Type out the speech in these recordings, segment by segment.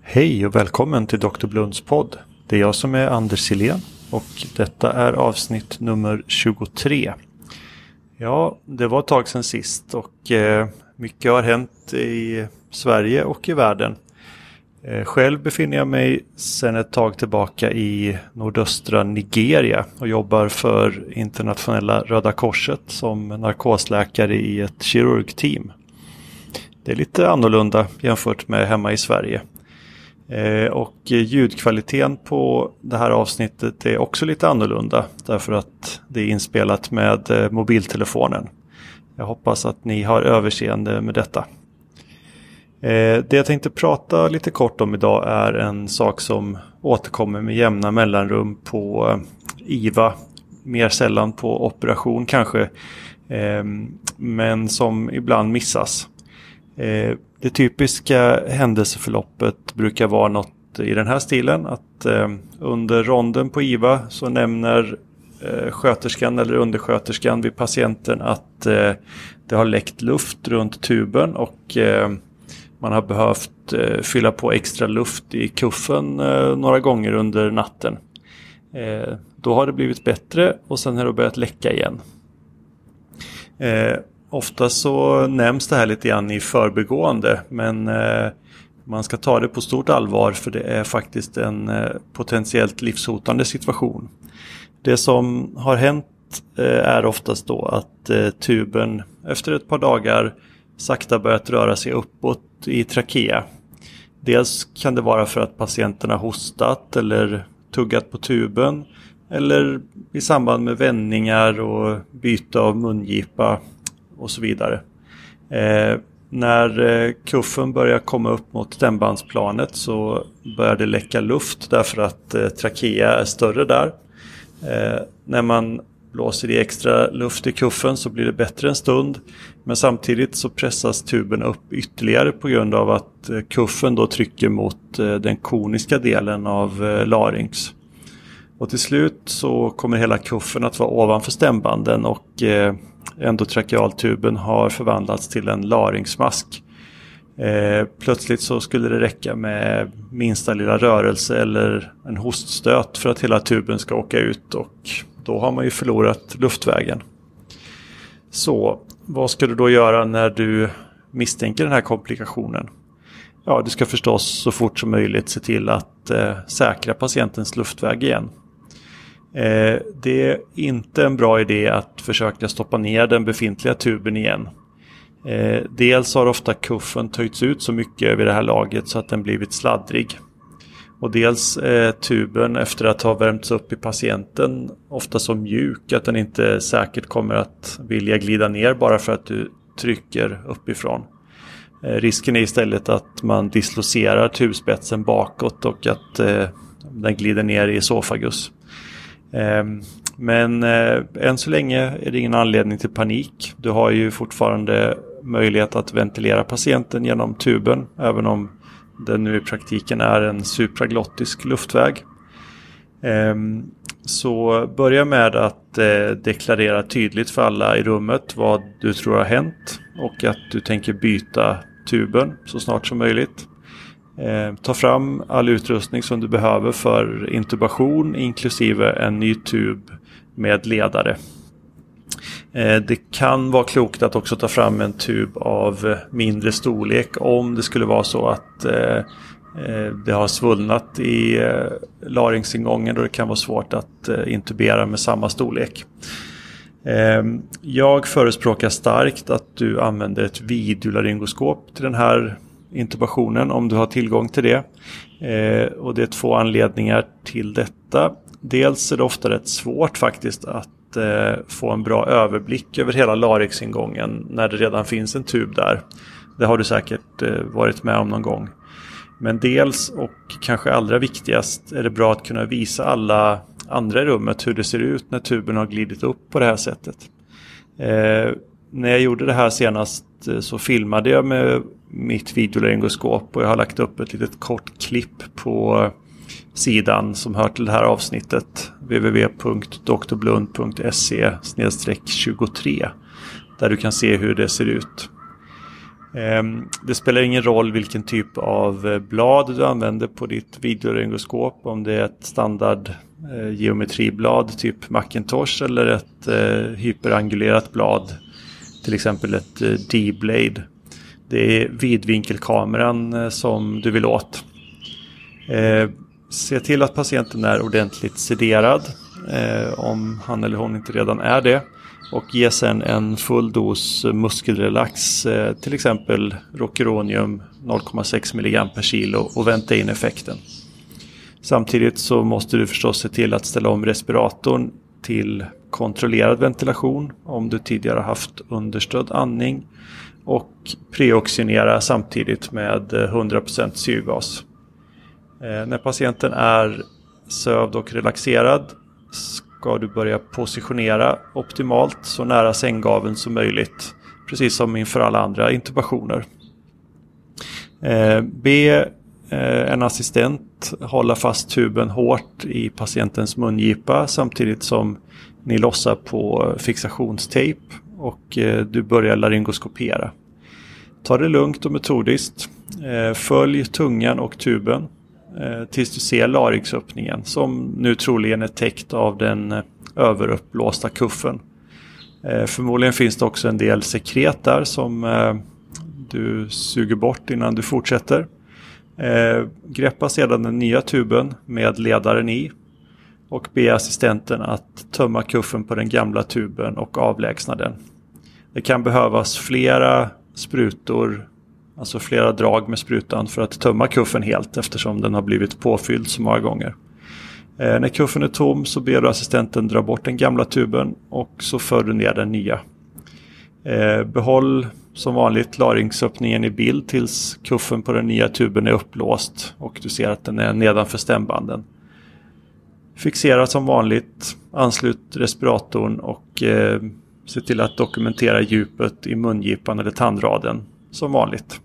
Hej och välkommen till Dr. Blunds podd. Det är jag som är Anders Silén och detta är avsnitt nummer 23. Ja, det var ett tag sedan sist och mycket har hänt i Sverige och i världen. Själv befinner jag mig sedan ett tag tillbaka i nordöstra Nigeria och jobbar för internationella Röda Korset som narkosläkare i ett kirurgteam. Det är lite annorlunda jämfört med hemma i Sverige. Och ljudkvaliteten på det här avsnittet är också lite annorlunda därför att det är inspelat med mobiltelefonen. Jag hoppas att ni har överseende med detta. Det jag tänkte prata lite kort om idag är en sak som återkommer med jämna mellanrum på IVA. Mer sällan på operation kanske, men som ibland missas. Det typiska händelseförloppet brukar vara något i den här stilen. Att under ronden på IVA så nämner sköterskan eller undersköterskan vid patienten att det har läckt luft runt tuben och man har behövt fylla på extra luft i kuffen några gånger under natten. Då har det blivit bättre och sen har det börjat läcka igen. Ofta så nämns det här lite grann i förbigående, men man ska ta det på stort allvar för det är faktiskt en potentiellt livshotande situation. Det som har hänt är oftast då att tuben efter ett par dagar sakta börjat röra sig uppåt i trakea. Dels kan det vara för att patienten har hostat eller tuggat på tuben eller i samband med vändningar och byte av mungipa och så vidare. När kuffen börjar komma upp mot stämbandsplanet så börjar det läcka luft därför att trakea är större där. När man blåser i extra luft i kuffen så blir det bättre en stund, men samtidigt så pressas tuben upp ytterligare på grund av att kuffen då trycker mot den koniska delen av larynx. Och till slut så kommer hela kuffen att vara ovanför stämbanden och endotrakealtuben har förvandlats till en larynxmask. Plötsligt så skulle det räcka med minsta lilla rörelse eller en hoststöt för att hela tuben ska åka ut och då har man ju förlorat luftvägen. Så vad ska du då göra när du misstänker den här komplikationen? Ja, du ska förstås så fort som möjligt se till att säkra patientens luftväg igen. Det är inte en bra idé att försöka stoppa ner den befintliga tuben igen. Dels har ofta kuffen töjts ut så mycket vid det här laget så att den blivit sladdrig. Och dels är tuben efter att ha värmts upp i patienten ofta så mjuk att den inte säkert kommer att vilja glida ner bara för att du trycker uppifrån. Risken är istället att man dislocerar tubspetsen bakåt och att den glider ner i esofagus. Men än så länge är det ingen anledning till panik. Du har ju fortfarande möjlighet att ventilera patienten genom tuben, även om den nu i praktiken är en supraglottisk luftväg. Så börja med att deklarera tydligt för alla i rummet vad du tror har hänt och att du tänker byta tuben så snart som möjligt. Ta fram all utrustning som du behöver för intubation inklusive en ny tub med ledare. Det kan vara klokt att också ta fram en tub av mindre storlek om det skulle vara så att det har svullnat i larynxingången och det kan vara svårt att intubera med samma storlek. Jag förespråkar starkt att du använder ett videolaryngoskop till den här intubationen om du har tillgång till det. Och det är två anledningar till detta. Dels är det ofta rätt svårt faktiskt att få en bra överblick över hela larynxingången när det redan finns en tub där. Det har du säkert varit med om någon gång. Men dels och kanske allra viktigast är det bra att kunna visa alla andra i rummet hur det ser ut när tuben har glidit upp på det här sättet. När jag gjorde det här senast så filmade jag med mitt videoläryngoskop och jag har lagt upp ett litet kort klipp på sidan som hör till det här avsnittet, www.drblund.se/23, där du kan se hur det ser ut. Det spelar ingen roll vilken typ av blad du använder på ditt videoryngoskop. Om det är ett standard geometriblad typ Macintosh eller ett hyperangulerat blad. Till exempel ett D-blade. Det är vidvinkelkameran som du vill åt. Se till att patienten är ordentligt sederad. Om han eller hon inte redan är det. Och ge sedan en full dos muskelrelax, till exempel Rocuronium 0,6 mg per kilo och vänta in effekten. Samtidigt så måste du förstås se till att ställa om respiratorn till kontrollerad ventilation om du tidigare har haft understödd andning och preoxygenera samtidigt med 100% syrgas. När patienten är sövd och relaxerad ska du börja positionera optimalt så nära sänggaveln som möjligt, precis som inför alla andra intubationer. Be en assistent hålla fast tuben hårt i patientens mungipa samtidigt som ni lossar på fixationstejp och du börjar laryngoskopera. Ta det lugnt och metodiskt. Följ tungan och tuben tills du ser larynxöppningen som nu troligen är täckt av den överuppblåsta kuffen. Förmodligen finns det också en del sekret där som du suger bort innan du fortsätter. Greppa sedan den nya tuben med ledaren i och be assistenten att tömma kuffen på den gamla tuben och avlägsna den. Det kan behövas flera sprutor, alltså flera drag med sprutan för att tömma kuffen helt eftersom den har blivit påfylld så många gånger. När kuffen är tom så ber du assistenten dra bort den gamla tuben och så för du ner den nya. Behåll som vanligt larynxöppningen i bild tills kuffen på den nya tuben är upplåst och du ser att den är nedanför stämbanden. Fixera som vanligt, anslut respiratorn och se till att dokumentera djupet i mungipan eller tandraden som vanligt.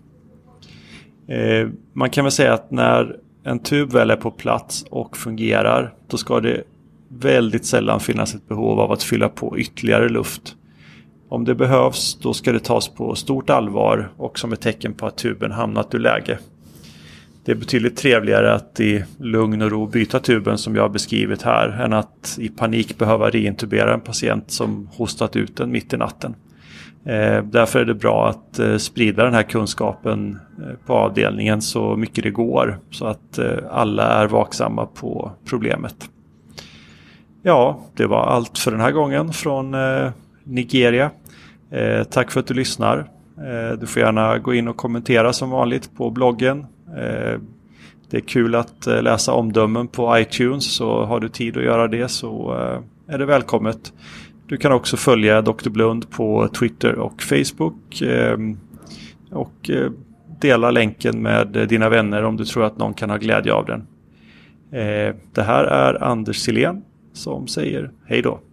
Man kan väl säga att när en tub väl är på plats och fungerar, då ska det väldigt sällan finnas ett behov av att fylla på ytterligare luft. Om det behövs, då ska det tas på stort allvar och som ett tecken på att tuben hamnat ur läge. Det är betydligt trevligare att i lugn och ro byta tuben som jag har beskrivit här än att i panik behöva reintubera en patient som hostat ut den mitt i natten. Därför är det bra att sprida den här kunskapen på avdelningen så mycket det går så att alla är vaksamma på problemet. Ja, det var allt för den här gången från Nigeria. Tack för att du lyssnar. Du får gärna gå in och kommentera som vanligt på bloggen. Det är kul att läsa omdömen på iTunes, så har du tid att göra det så är det välkommet. Du kan också följa Dr. Blund på Twitter och Facebook och dela länken med dina vänner om du tror att någon kan ha glädje av den. Det här är Anders Silén som säger hej då.